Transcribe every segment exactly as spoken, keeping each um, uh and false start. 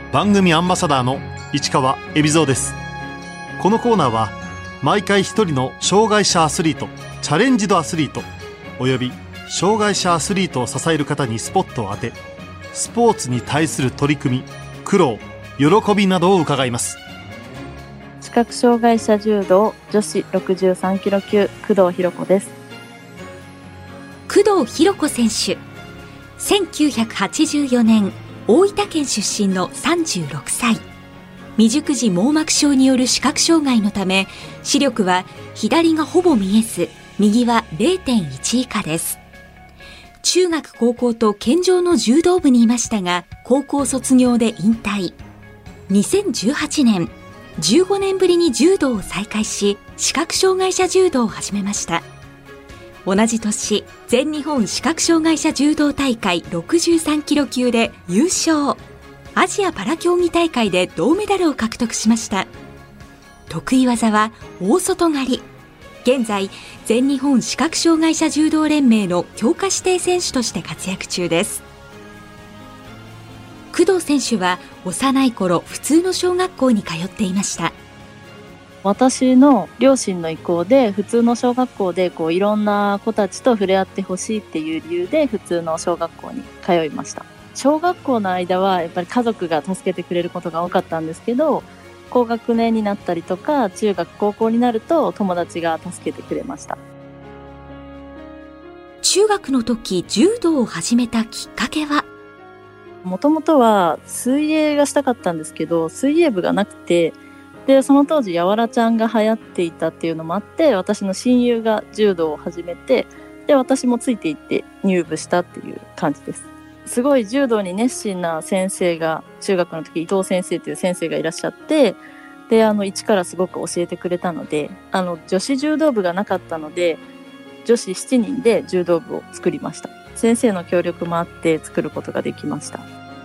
番組アンバサダーの市川海老蔵です。このコーナーは毎回一人の障害者アスリート、チャレンジドアスリートおよび障害者アスリートを支える方にスポットを当て、スポーツに対する取り組み、苦労、喜びなどを伺います。 視覚障害者柔道女子ろくじゅうさんキロ級、工藤弘子です。 工藤弘子選手、せんきゅうひゃくはちじゅうよねん大分県出身のさんじゅうろくさい。未熟児網膜症による視覚障害のため、視力は左がほぼ見えず、右は れいてんいち 以下です。中学高校と県上の柔道部にいましたが、高校卒業で引退。にせんじゅうはちねん、じゅうごねんぶりに柔道を再開し、視覚障害者柔道を始めました。同じ年、全日本視覚障害者柔道大会ろくじゅうさんキロ級で優勝。アジアパラ競技大会で銅メダルを獲得しました。得意技は大外刈り。現在、全日本視覚障害者柔道連盟の強化指定選手として活躍中です。工藤選手は幼い頃、普通の小学校に通っていました。 私の両親の意向で、普通の小学校でこういろんな子たちと触れ合ってほしいっていう理由で普通の小学校に通いました。小学校の間はやっぱり家族が助けてくれることが多かったんですけど、高学年になったりとか中学高校になると友達が助けてくれました。 中学の時、柔道を始めたきっかけは？ もともとは水泳がしたかったんですけど、水泳部がなくて、でその当時やわらちゃんが流行っていたっていうのもあって、私の親友が柔道を始めて、で私もついていって入部したっていう感じです。すごい柔道に熱心な先生が、中学の時伊藤先生という先生がいらっしゃって、であの一からすごく教えてくれたので、あの女子柔道部がなかったので、女子しちにんで柔道部を作りました。先生の協力もあって作ることができました。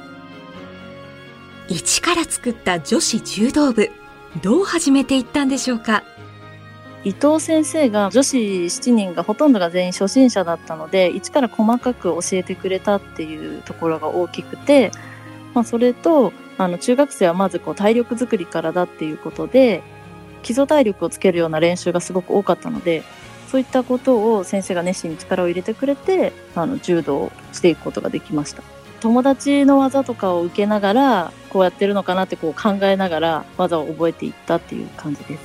一から作った女子柔道部、どう始めていったんでしょうか？ 伊藤先生が女子しちにんがほとんどが全員初心者だったので、一から細かく教えてくれたっていうところが大きくて、まあ、それとあの中学生はまずこう体力作りからだっていうことで、基礎体力をつけるような練習がすごく多かったので、そういったことを先生が熱心に力を入れてくれて、あの柔道をしていくことができました。友達の技とかを受けながら、こうやってるのかなってこう考えながら技を覚えていったっていう感じです。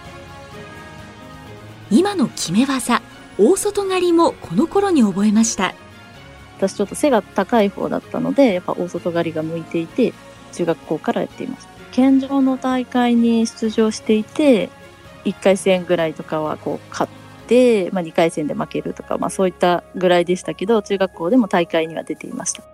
今の決め技、大外刈りもこの頃に覚えました。 私ちょっと背が高い方だったので、やっぱ大外刈りが向いていて、中学校からやっていました。県上の大会に出場していて、いっかい戦ぐらいとかはこう勝って、まあ、にかい戦で負けるとか、まあ、そういったぐらいでしたけど、中学校でも大会には出ていました。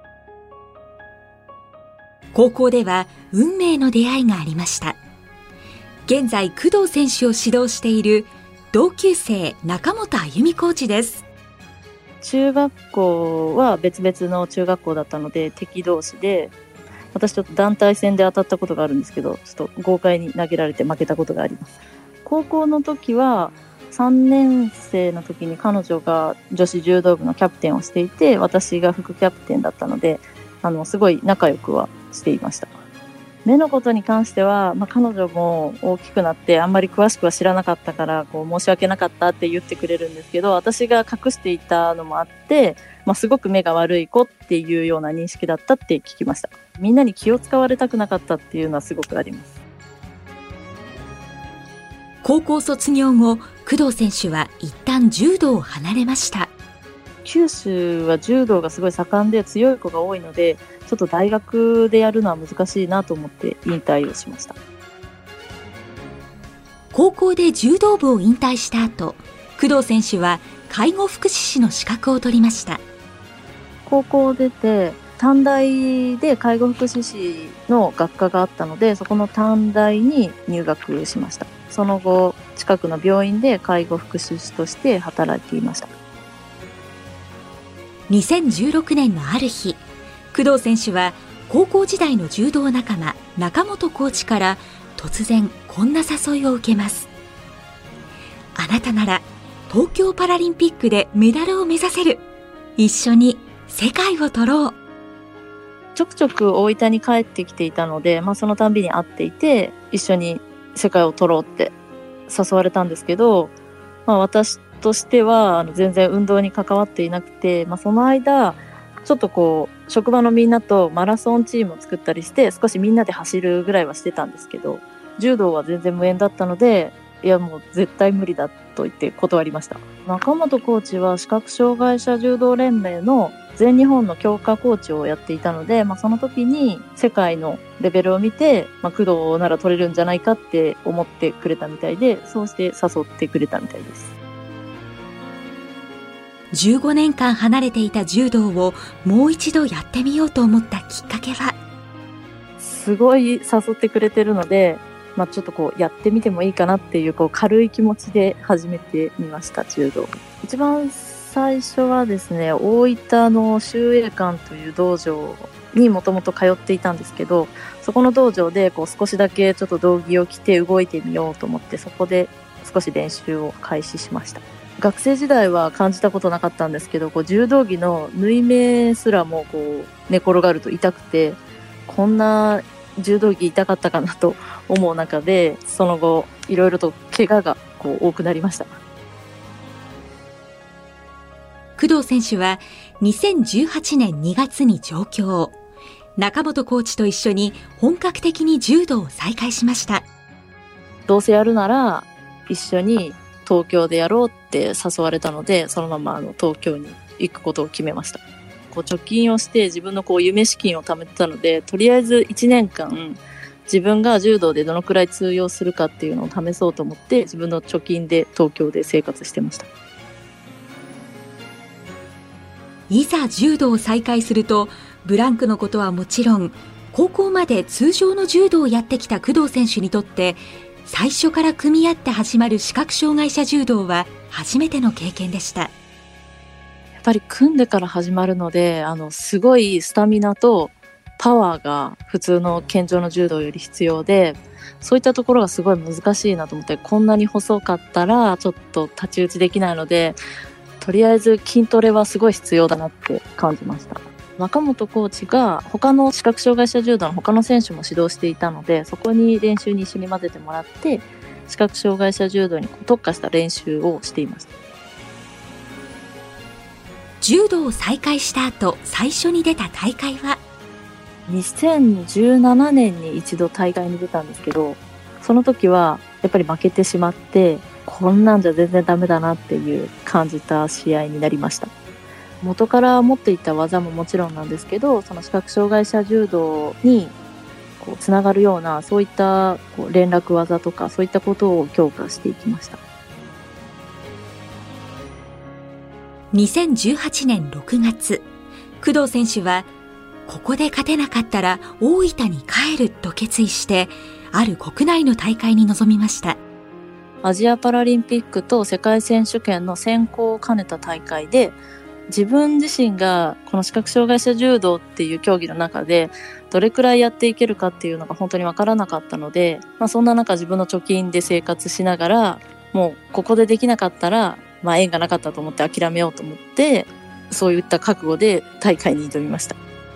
高校では運命の出会いがありました。現在工藤選手を指導している同級生中本あゆみコーチです。 中学校は別々の中学校だったので敵同士で、私ちょっと団体戦で当たったことがあるんですけど、ちょっと豪快に投げられて負けたことがあります。高校の時はさんねん生の時に彼女が女子柔道部のキャプテンをしていて、私が副キャプテンだったので、あのすごい仲良くはしていました。目のことに関しては、まあ、彼女も大きくなってあんまり詳しくは知らなかったからこう申し訳なかったって言ってくれるんですけど、私が隠していたのもあって、まあ、すごく目が悪い子っていうような認識だったって聞きました。みんなに気を使われたくなかったっていうのはすごくあります。 高校卒業後、工藤選手は一旦柔道を離れました。 九州は柔道がすごい盛んで強い子が多いので、ちょっと大学でやるのは難しいなと思って引退をしました。 高校で柔道部を引退した後、工藤選手は介護福祉士の資格を取りました。 高校を出て短大で介護福祉士の学科があったので、そこの短大に入学しました。その後近くの病院で介護福祉士として働いていました。 にせんじゅうろくねんのある日、工藤選手は高校時代の柔道仲間中本コーチから突然こんな誘いを受けます。あなたなら東京パラリンピックでメダルを目指せる。一緒に世界を取ろう。 ちょくちょく大分に帰ってきていたので、まあ、そのたんびに会っていて、一緒に世界を取ろうって誘われたんですけど、まあ、私としてはあの全然運動に関わっていなくて、まあ、その間ちょっとこう職場のみんなとマラソンチームを作ったりして少しみんなで走るぐらいはしてたんですけど、柔道は全然無縁だったので、いやもう絶対無理だと言って断りました。中本コーチは視覚障害者柔道連盟の全日本の強化コーチをやっていたので、まあ、その時に世界のレベルを見て、まあ、工藤なら取れるんじゃないかって思ってくれたみたいで、そうして誘ってくれたみたいです。 じゅうごねんかん離れていた柔道をもう一度やってみようと思ったきっかけは？ すごい誘ってくれてるので、まあ、ちょっとこうやってみてもいいかなっていう、こう軽い気持ちで始めてみました、柔道。一番最初はですね、大分の修英館という道場にもともと通っていたんですけど、そこの道場でこう少しだけちょっと道着を着て動いてみようと思って、そこで少し練習を開始しました。学生時代は感じたことなかったんですけど、こう柔道着の縫い目すらもこう寝転がると痛くて、こんな柔道着痛かったかなと思う中で、その後いろいろと怪我がこう多くなりました。 工藤選手はにせんじゅうはちねんにがつに上京。中本コーチと一緒に本格的に柔道を再開しました。 どうせやるなら一緒に東京でやろうって誘われたので、そのままあの東京に行くことを決めました。こう貯金をして自分のこう夢資金を貯めてたので、とりあえずいちねんかん自分が柔道でどのくらい通用するかっていうのを試そうと思って、自分の貯金で東京で生活してました。 いざ柔道を再開すると、ブランクのことはもちろん、高校まで通常の柔道をやってきた工藤選手にとって、最初から組み合って始まる視覚障害者柔道は初めての経験でした。 やっぱり組んでから始まるので、あのすごいスタミナとパワーが普通の健常の柔道より必要で、そういったところがすごい難しいなと思って、こんなに細かったらちょっと太刀打ちできないので、とりあえず筋トレはすごい必要だなって感じました。中本コーチが他の視覚障害者柔道の他の選手も指導していたので、そこに練習に一緒に混ぜてもらって、視覚障害者柔道に特化した練習をしていました。 柔道を再開した後、最初に出た大会はにせんじゅうななねんに一度大会に出たんですけど、その時はやっぱり負けてしまって、こんなんじゃ全然ダメだなっていう感じた試合になりました。元から持っていた技ももちろんなんですけど、その視覚障害者柔道にこうつながるような、そういったこう連絡技とかそういったことを強化していきました。 にせんじゅうはちねんろくがつ、工藤選手はここで勝てなかったら大分に帰ると決意して、ある国内の大会に臨みました。 アジアパラリンピックと世界選手権の選考を兼ねた大会で、自分自身がこの視覚障害者柔道っていう競技の中でどれくらいやっていけるかっていうのが本当に分からなかったので、まあ、そんな中自分の貯金で生活しながら、もうここでできなかったら、まあ縁がなかったと思って諦めようと思って、そういった覚悟で大会に挑みました。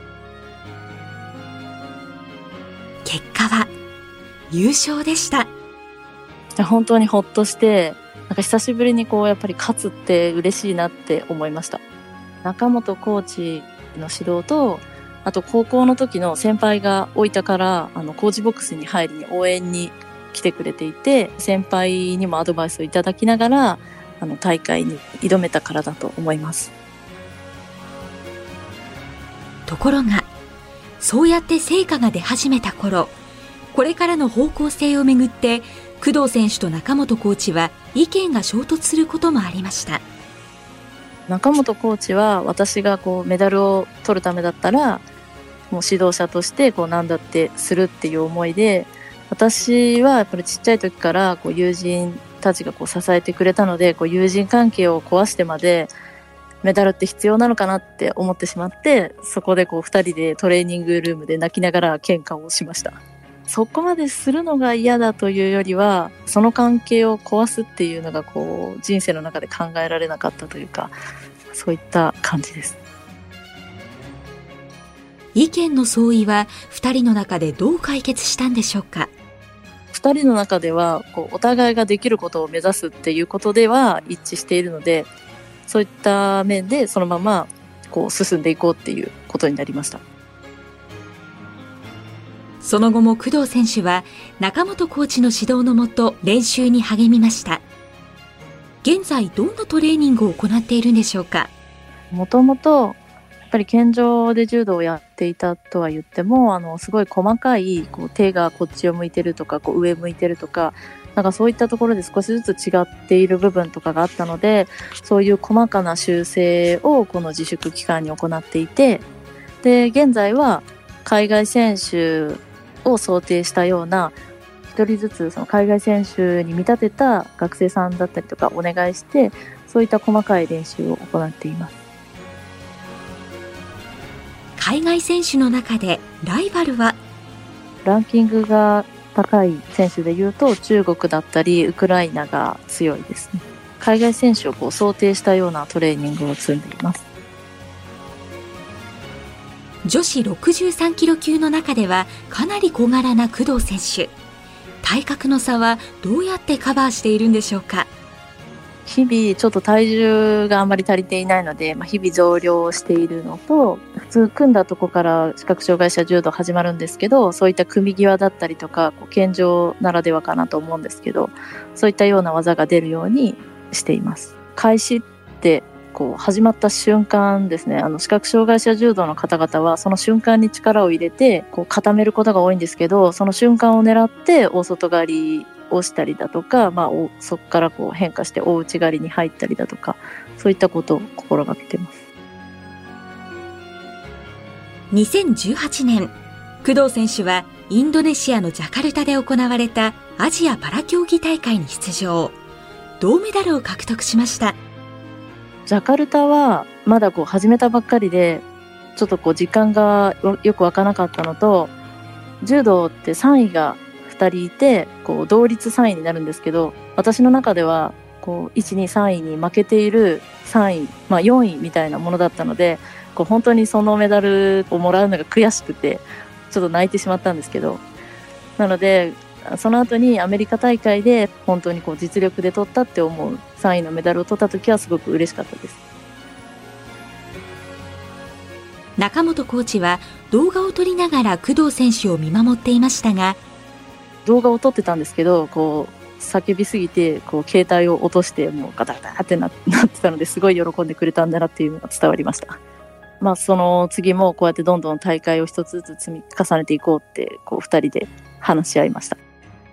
結果は優勝でした。 本当にほっとして、なんか久しぶりにこうやっぱり勝つって嬉しいなって思いました。中本コーチの指導と、あと高校の時の先輩が大分からあのコーチボックスに入りに応援に来てくれていて、先輩にもアドバイスをいただきながらあの大会に挑めたからだと思います。 ところが、そうやって成果が出始めた頃、これからの方向性をめぐって工藤選手と中本コーチは意見が衝突することもありました。 中本コーチは、私がこうメダルを取るためだったらもう指導者としてこう何だってするっていう思いで、私はやっぱりちっちゃい時からこう友人たちがこう支えてくれたので、こう友人関係を壊してまでメダルって必要なのかなって思ってしまって、そこでこうふたりでトレーニングルームで泣きながら喧嘩をしました。そこまでするのが嫌だというよりは、その関係を壊すっていうのがこう人生の中で考えられなかったというか、そういった感じです。 意見の相違はふたりの中でどう解決したんでしょうか。 ふたりの中ではこうお互いができることを目指すっていうことでは一致しているので、そういった面でそのままこう進んでいこうっていうことになりました。 その後も工藤選手は中本コーチの指導のもと練習に励みました。現在どんなトレーニングを行っているんでしょうか。 もともとやっぱり健常で柔道をやっていたとは言っても、あのすごい細かいこう手がこっちを向いてるとかこう上向いてるとか、なんかそういったところで少しずつ違っている部分とかがあったので、そういう細かな修正をこの自粛期間に行っていて、で現在は海外選手を想定したような一人ずつその海外選手に見立てた学生さんだったりとかお願いして、そういった細かい練習を行っています。 海外選手の中でライバルは、 ランキングが高い選手でいうと中国だったりウクライナが強いですね。海外選手をこう想定したようなトレーニングを積んでいます。 女子ろくじゅうさんキロ級の中ではかなり小柄な工藤選手、体格の差はどうやってカバーしているんでしょうか。 日々ちょっと体重があんまり足りていないので、まあ、日々増量しているのと、普通組んだとこから視覚障害者柔道始まるんですけど、そういった組み際だったりとかこう健常ならではかなと思うんですけど、そういったような技が出るようにしています。開始ってこう始まった瞬間ですね、あの視覚障害者柔道の方々はその瞬間に力を入れてこう固めることが多いんですけど、その瞬間を狙って大外刈りをしたりだとか、まあ、そこからこう変化して大内刈りに入ったりだとか、そういったことを心がけています。 にせんじゅうはちねん、工藤選手はインドネシアのジャカルタで行われたアジアパラ競技大会に出場、銅メダルを獲得しました。 ジャカルタはまだこう始めたばっかりで、ちょっとこう時間がよくわからなかったのと、柔道ってさんいがふたりいてこう同率さんいになるんですけど、私の中ではこういち、に、さんいに負けているさんい、まあ、よんいみたいなものだったので、こう本当にそのメダルをもらうのが悔しくてちょっと泣いてしまったんですけど、なのでその後にアメリカ大会で本当にこう実力で取ったって思うさんいのメダルを取った時はすごく嬉しかったです。 中本コーチは動画を撮りながら工藤選手を見守っていましたが、 動画を撮ってたんですけど、こう叫びすぎてこう携帯を落としてもうガタガタってなってたので、すごい喜んでくれたんだなっていうのが伝わりました。まあその次もこうやってどんどん大会を一つずつ積み重ねていこうってこうふたりで話し合いました。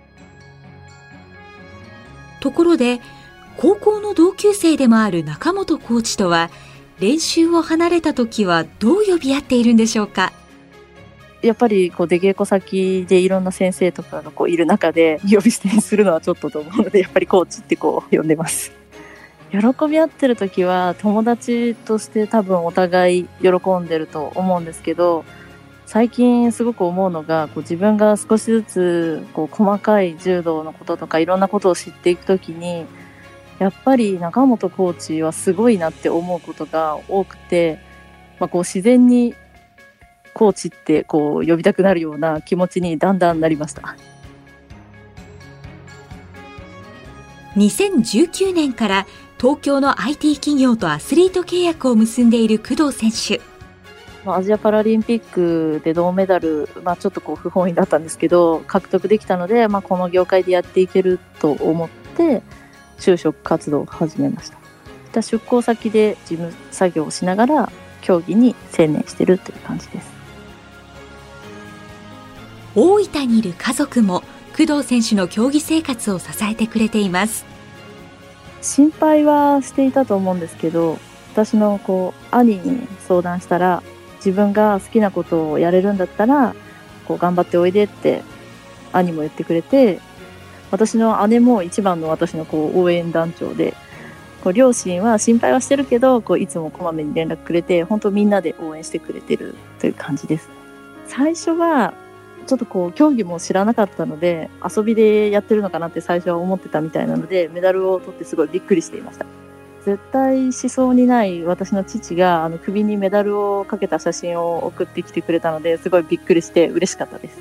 ところで高校の同級生でもある中本コーチとは練習を離れた時はどう呼び合っているんでしょうか。 やっぱりこう出稽古先でいろんな先生とかがこういる中で呼び捨てにするのはちょっとと思うので、やっぱりコーチってこう呼んでます。喜び合ってる時は友達として多分お互い喜んでると思うんですけど、最近すごく思うのがこう自分が少しずつこう細かい柔道のこととかいろんなことを知っていく時に、やっぱり中本コーチはすごいなって思うことが多くて、まあ、こう自然にコーチってこう呼びたくなるような気持ちにだんだんなりました。 にせんじゅうきゅうねんから東京の アイティー 企業とアスリート契約を結んでいる工藤選手。 アジアパラリンピックで銅メダル、まあ、ちょっとこう不本意だったんですけど獲得できたので、まあ、この業界でやっていけると思って就職活動を始めました。出向先で事務作業をしながら競技に専念しているという感じです。 大分にいる家族も工藤選手の競技生活を支えてくれています。 心配はしていたと思うんですけど、私のこう兄に相談したら、自分が好きなことをやれるんだったらこう頑張っておいでって兄も言ってくれて、私の姉も一番の私のこう応援団長で、こう両親は心配はしてるけどこういつもこまめに連絡くれて、本当みんなで応援してくれてるという感じです。最初はちょっとこう競技も知らなかったので遊びでやってるのかなって最初は思ってたみたいなので、メダルを取ってすごいびっくりしていました。 絶対しそうにない私の父があの首にメダルをかけた写真を送ってきてくれたので、すごいびっくりして嬉しかったです。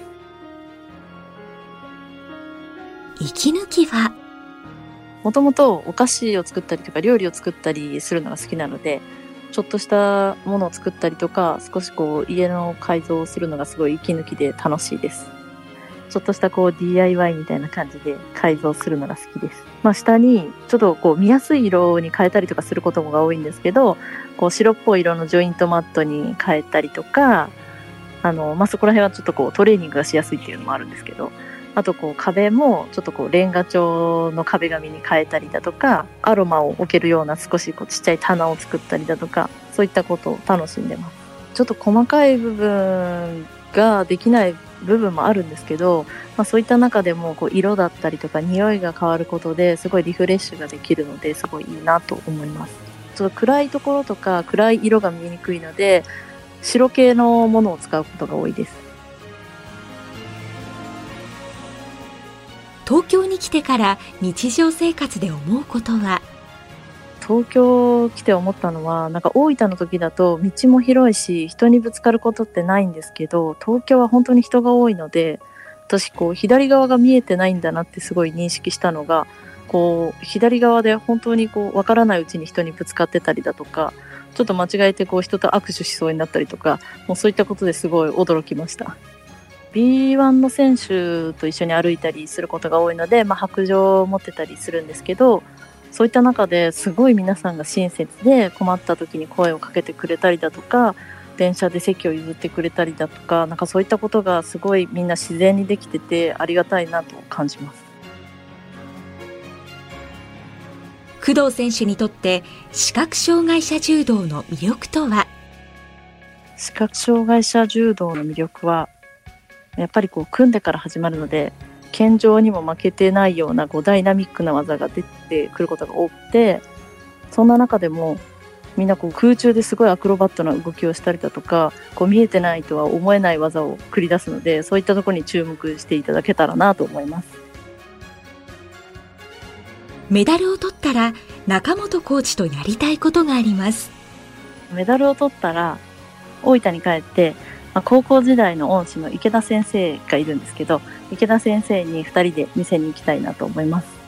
息抜きはもともとお菓子を作ったりとか料理を作ったりするのが好きなので、ちょっとしたものを作ったりとか、少しこう家の改造をするのがすごい息抜きで楽しいです。ちょっとしたこう ディーアイワイ みたいな感じで改造するのが好きです。まあ、下にちょっとこう見やすい色に変えたりとかすることもが多いんですけど、こう白っぽい色のジョイントマットに変えたりとか、あの、まあ、そこら辺はちょっとこうトレーニングがしやすいっていうのもあるんですけど、あとこう壁もちょっとこうレンガ調の壁紙に変えたりだとか、アロマを置けるような少しこうちっちゃい棚を作ったりだとか、そういったことを楽しんでます。ちょっと細かい部分ができない部分もあるんですけど、まあ、そういった中でもこう色だったりとか匂いが変わることですごいリフレッシュができるので、すごいいいなと思います。ちょっと暗いところとか暗い色が見えにくいので、白系のものを使うことが多いです。 東京に来てから日常生活で思うことは？ 東京来て思ったのは、なんか大分の時だと道も広いし人にぶつかることってないんですけど、東京は本当に人が多いので、私こう左側が見えてないんだなってすごい認識したのが、こう左側で本当にこう分からないうちに人にぶつかってたりだとか、ちょっと間違えてこう人と握手しそうになったりとか、もうそういったことですごい驚きました。ビーワン の選手と一緒に歩いたりすることが多いので、まあ、白杖を持ってたりするんですけど、そういった中ですごい皆さんが親切で、困った時に声をかけてくれたりだとか、電車で席を譲ってくれたりだとか、なんかそういったことがすごいみんな自然にできててありがたいなと感じます。 工藤選手にとって視覚障害者柔道の魅力とは？ 視覚障害者柔道の魅力はやっぱりこう組んでから始まるので、健常にも負けてないようなこうダイナミックな技が出てくることが多くて、そんな中でもみんなこう空中ですごいアクロバットな動きをしたりだとか、こう見えてないとは思えない技を繰り出すので、そういったところに注目していただけたらなと思います。 メダルを取ったら中本コーチとやりたいことがあります。 メダルを取ったら大分に帰って、まあ、高校時代の恩師の池田先生がいるんですけど、池田先生にふたりで見せに行きたいなと思います。